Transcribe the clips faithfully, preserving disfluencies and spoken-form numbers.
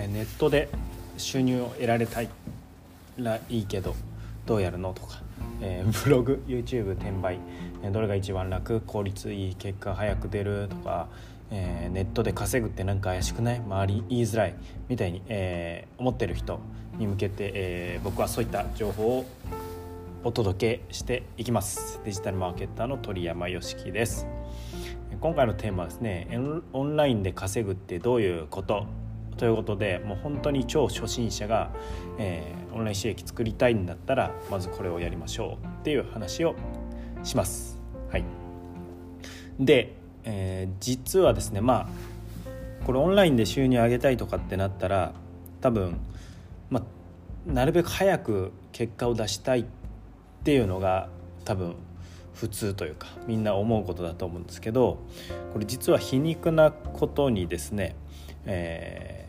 ネットで収入を得られたいらいいけどどうやるのとか、えー、ブログ YouTube 転売、どれが一番楽、効率いい、結果早く出るとか、えー、ネットで稼ぐってなんか怪しくない、周り言いづらいみたいに、えー、思ってる人に向けて、えー、僕はそういった情報をお届けしていきます。デジタルマーケッターの鳥山よしきです。今回のテーマはですね、オンラインで稼ぐってどういうことということで、もう本当に超初心者が、えー、オンライン収益作りたいんだったらまずこれをやりましょうっていう話をします。はい。で、えー、実はですね、まあこれオンラインで収入上げたいとかってなったら多分、まあ、なるべく早く結果を出したいっていうのが多分普通というかみんな思うことだと思うんですけど、これ実は皮肉なことにですね、え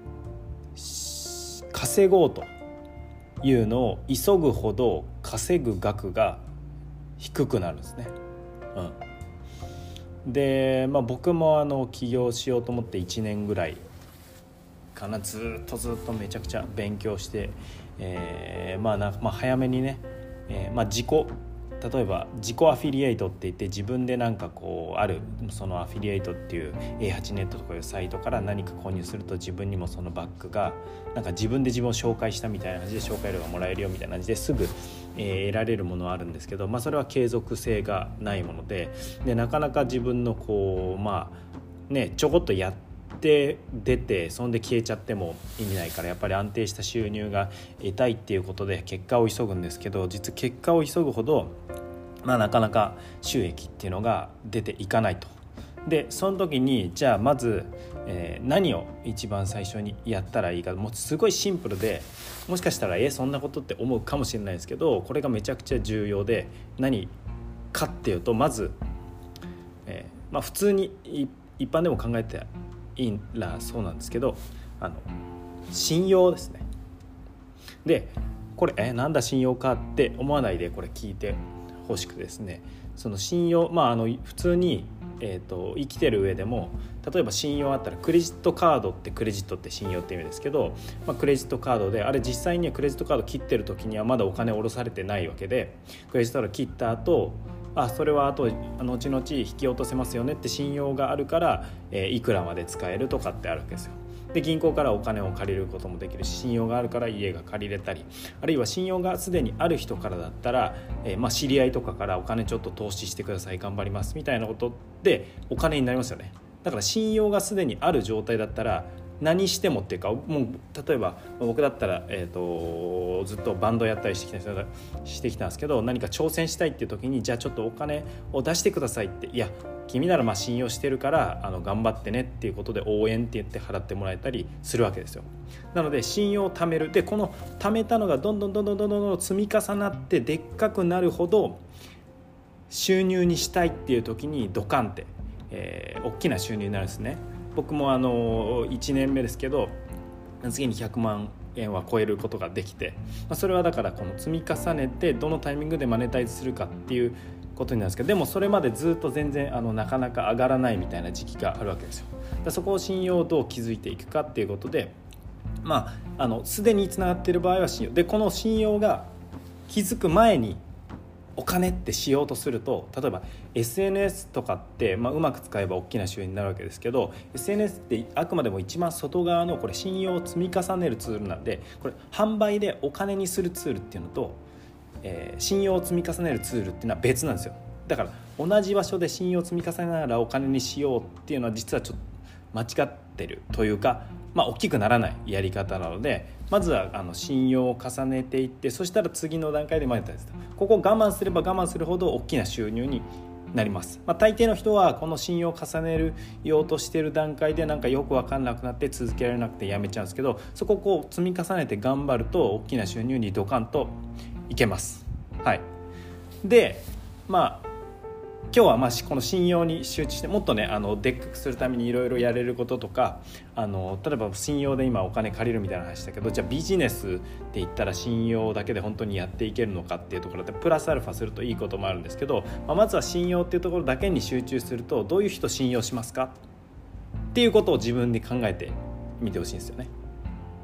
ー、稼ごうというのを急ぐほど稼ぐ額が低くなるんですね。うん、で、まあ、僕もあの起業しようと思っていちねんぐらいかな、ずっとずっとめちゃくちゃ勉強して、えーまあなまあ、早めにね、えーまあ、自己例えば自己アフィリエイトって言って自分でなんかこうあるそのアフィリエイトっていう エーはち ネットとかいうサイトから何か購入すると自分にもそのバックがなんか自分で自分を紹介したみたいな感じで紹介料がもらえるよみたいな感じですぐ、えー、得られるものはあるんですけど、まあ、それは継続性がないもので、でなかなか自分のこうまあねちょこっとやってで出てそんで消えちゃっても意味ないから、やっぱり安定した収入が得たいっていうことで結果を急ぐんですけど、実は結果を急ぐほど、まあ、なかなか収益っていうのが出ていかないと。でその時にじゃあまず、えー、何を一番最初にやったらいいか、もうすごいシンプルで、もしかしたらえそんなことって思うかもしれないですけど、これがめちゃくちゃ重要で、何かっていうとまず、えーまあ、普通に一般でも考えていいらそうなんですけど、あの信用ですね。でこれえなんだ信用かって思わないでこれ聞いてほしくてですね、その信用、まああの普通に、えーと、生きてる上でも例えば信用あったらクレジットカードってクレジットって信用って意味ですけど、まあ、クレジットカードであれ実際にはクレジットカード切ってる時にはまだお金下ろされてないわけで、クレジットカード切った後あそれはあと後々引き落とせますよねって信用があるから、えー、いくらまで使えるとかってあるわけですよ。で銀行からお金を借りることもできるし、信用があるから家が借りれたり、あるいは信用がすでにある人からだったら、えーまあ、知り合いとかからお金ちょっと投資してください頑張りますみたいなことでお金になりますよね。だから信用がすでにある状態だったら何してもっていうか、もう例えば僕だったら、えー、とずっとバンドやったりしてきたしてきたんですけど、何か挑戦したいっていう時にじゃあちょっとお金を出してくださいって、いや君ならまあ信用してるからあの頑張ってねっていうことで応援って言って払ってもらえたりするわけですよ。なので信用を貯める。でこの貯めたのがどんどんどんどんどんどん積み重なってでっかくなるほど収入にしたいっていう時にドカンって、えー、大きな収入になるんですね。僕もあのいちねんめですけど次にひゃくまんえんは超えることができて、まあ、それはだからこの積み重ねてどのタイミングでマネタイズするかっていうことになるんですけど、でもそれまでずっと全然あのなかなか上がらないみたいな時期があるわけですよ。だそこを信用をどう築いていくかっていうことで、まああのすでにつながっている場合は信用で、この信用が築く前にお金ってしようとすると、例えば エスエヌエス とかって、まあ、うまく使えば大きな収入になるわけですけど、 エスエヌエス ってあくまでも一番外側のこれ信用を積み重ねるツールなんで、これ販売でお金にするツールっていうのと、えー、信用を積み重ねるツールっていうのは別なんですよ。だから同じ場所で信用を積み重ねながらお金にしようっていうのは実はちょっと間違ってるというか、まあ、大きくならないやり方なので、まずはあの信用を重ねていって、そしたら次の段階でマネタイズと、ここを我慢すれば我慢するほど大きな収入になります。まあ、大抵の人はこの信用を重ねるようとしている段階でなんかよく分かんなくなって続けられなくてやめちゃうんですけど、そこをこう積み重ねて頑張ると大きな収入にドカンといけます。はい。で、まあ今日はまあこの信用に集中して、もっとねあのでっかくするためにいろいろやれることとか、あの例えば信用で今お金借りるみたいな話だけど、じゃあビジネスって言ったら信用だけで本当にやっていけるのかっていうところでプラスアルファするといいこともあるんですけど、まあ、まずは信用っていうところだけに集中すると、どういう人信用しますかっていうことを自分で考えてみてほしいんですよね。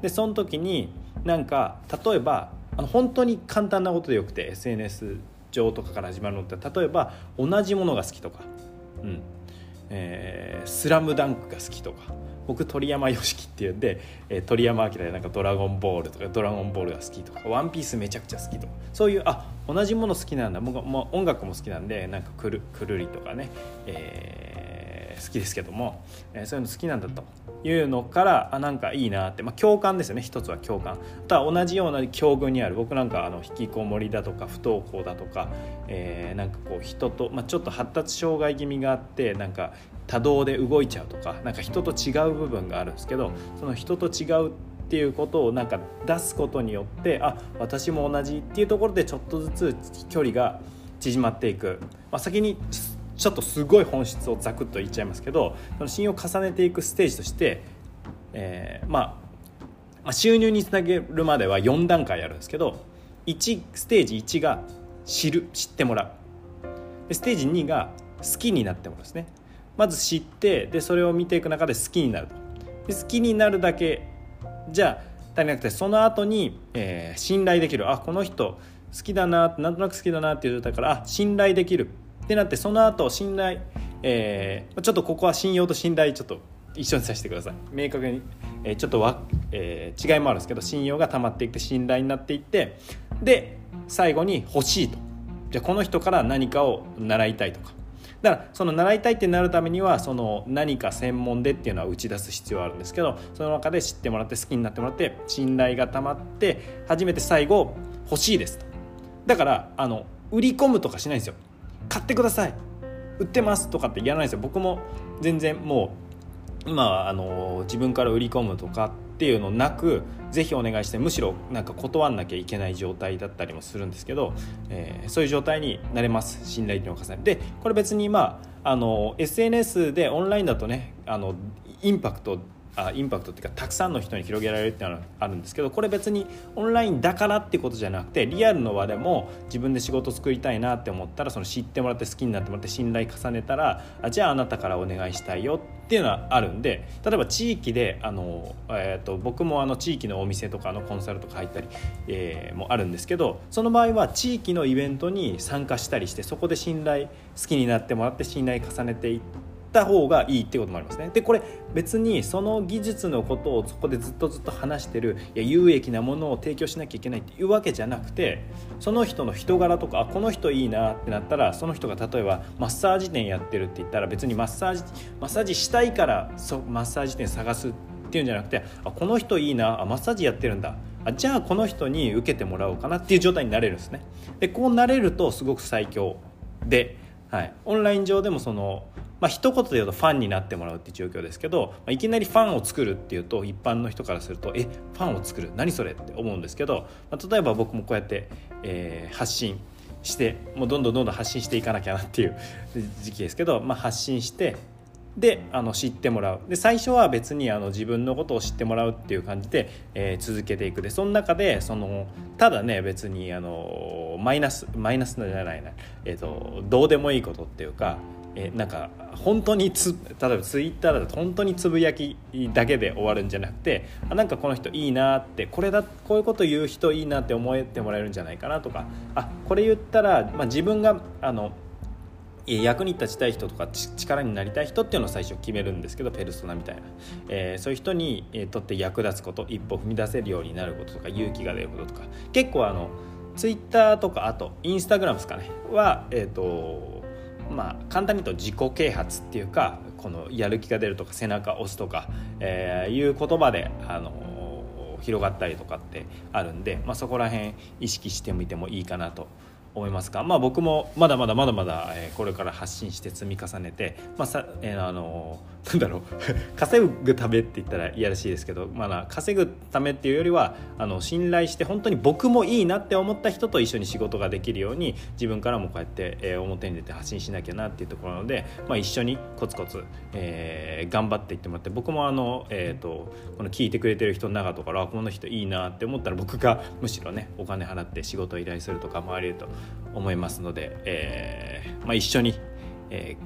でその時になんか例えばあの本当に簡単なことでよくて エスエヌエス 上とかから始まるのって例えば同じものが好きとか、うんえー、スラムダンクが好きとか、僕鳥山よしきっていうんで、えー、鳥山明でなんかドラゴンボールとかドラゴンボールが好きとかワンピースめちゃくちゃ好きとか、そういうあ同じもの好きなんだ、僕も音楽も好きなんでなんかくるくるりとかね、えー、好きですけども、えー、そういうの好きなんだというのからあなんかいいなって、まあ、共感ですよね。一つは共感、あとは同じような境遇にある僕なんかあの引きこもりだとか不登校だとか、えー、なんかこう人と、まあ、ちょっと発達障害気味があってなんか多動で動いちゃうとか、なんか人と違う部分があるんですけど、その人と違うっていうことをなんか出すことによってあ私も同じっていうところでちょっとずつ距離が縮まっていく、まあ、先にちょっとすごい本質をザクッと言っちゃいますけど、その信用を重ねていくステージとして、えー、まあ収入につなげるまではよん段階あるんですけど、いちステージいちが知る知ってもらうで、ステージにが好きになってもらうんですね。まず知ってでそれを見ていく中で好きになると。で好きになるだけじゃ足りなくて、その後に、えー、信頼できる、あこの人好きだな、なんとなく好きだなっていう状態からあ信頼できるってなって、その後信頼、えー、ちょっとここは信用と信頼ちょっと一緒にさせてください。明確に、えー、ちょっとわ、えー、違いもあるんですけど、信用が溜まっていって信頼になっていって、で最後に欲しいと、じゃあこの人から何かを習いたいとか、だからその習いたいってなるためにはその何か専門でっていうのは打ち出す必要はあるんですけど、その中で知ってもらって好きになってもらって信頼が溜まって初めて最後欲しいですと。だからあの売り込むとかしないんですよ。買ってください売ってますとかってやらないんですよ。僕も全然もう今はあの自分から売り込むとかっていうのなく、ぜひお願いして、むしろなんか断んなきゃいけない状態だったりもするんですけど、えー、そういう状態になれます。信頼っていうのを重ねて、でこれ別にまああの エスエヌエス でオンラインだとね、あのインパクトあインパクトっていうかたくさんの人に広げられるっていうのはあるんですけど、これ別にオンラインだからっていうことじゃなくて、リアルの輪でも自分で仕事作りたいなって思ったら、その知ってもらって好きになってもらって信頼重ねたら、あじゃああなたからお願いしたいよっていうのはあるんで、例えば地域であの、えー、と僕もあの地域のお店とかのコンサルとか入ったり、えー、もあるんですけど、その場合は地域のイベントに参加したりして、そこで信頼好きになってもらって信頼重ねていってた方がいいってこともありますね。でこれ別にその技術のことをそこでずっとずっと話してる、いや有益なものを提供しなきゃいけないっていうわけじゃなくて、その人の人柄とか、あこの人いいなってなったら、その人が例えばマッサージ店やってるって言ったら、別にマッサージマッサージしたいからそマッサージ店探すっていうんじゃなくて、あこの人いいな、あマッサージやってるんだ、あじゃあこの人に受けてもらおうかなっていう状態になれるんですね。でこうなれるとすごく最強で、はい、オンライン上でもそのまあ一言で言うとファンになってもらうっていう状況ですけど、まあ、いきなりファンを作るっていうと一般の人からするとえファンを作る何それって思うんですけど、まあ、例えば僕もこうやって、えー、発信してもうどんどんどんどん発信していかなきゃなっていう時期ですけど、まあ、発信してであの知ってもらう。で最初は別にあの自分のことを知ってもらうっていう感じで、えー、続けていく。でその中でそのただね別にあのマイナスマイナスじゃないな、えーと、どうでもいいことっていうか、えなんか本当につ例えばツイッターだと本当につぶやきだけで終わるんじゃなくて、あなんかこの人いいなって、これだこういうこと言う人いいなって思えてもらえるんじゃないかなとか、あこれ言ったら、まあ、自分があの役に立ちたい人とか力になりたい人っていうのを最初決めるんですけど、ペルソナみたいな、えー、そういう人にとって役立つこと、一歩踏み出せるようになることとか勇気が出ることとか、結構あのツイッターとかあとインスタグラムですかねは、えーとまあ、簡単に言うと自己啓発っていうか、このやる気が出るとか背中押すとか、えー、いう言葉で、あのー、広がったりとかってあるんで、まあ、そこら辺意識してみてもいいかなと思いますが、まあ、僕もまだまだまだまだこれから発信して積み重ねて、まあさえー、あのなんだろう稼ぐためって言ったらいやらしいですけど、まあ、稼ぐためっていうよりはあの信頼して本当に僕もいいなって思った人と一緒に仕事ができるように自分からもこうやって、えー、表に出て発信しなきゃなっていうところなので、まあ、一緒にコツコツ、えー、頑張っていってもらって、僕もあの、えー、とこの聞いてくれてる人の中とか、あこの人いいなって思ったら僕がむしろねお金払って仕事を依頼するとかもあり得ると思いますので、えーまあ、一緒に、えー、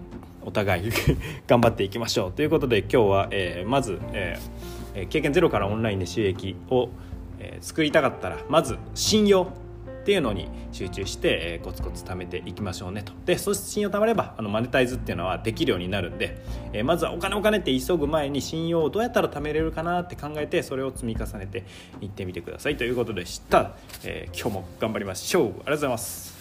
お互い頑張っていきましょうということで、今日は、えー、まず、えー、経験ゼロからオンラインで収益を、えー、作りたかったらまず信用っていうのに集中して、えー、コツコツ貯めていきましょうねと。でそして信用貯まればあのマネタイズっていうのはできるようになるんで、えー、まずはお金お金って急ぐ前に信用をどうやったら貯めれるかなって考えて、それを積み重ねていってみてくださいということでした。えー、今日も頑張りましょう。ありがとうございます。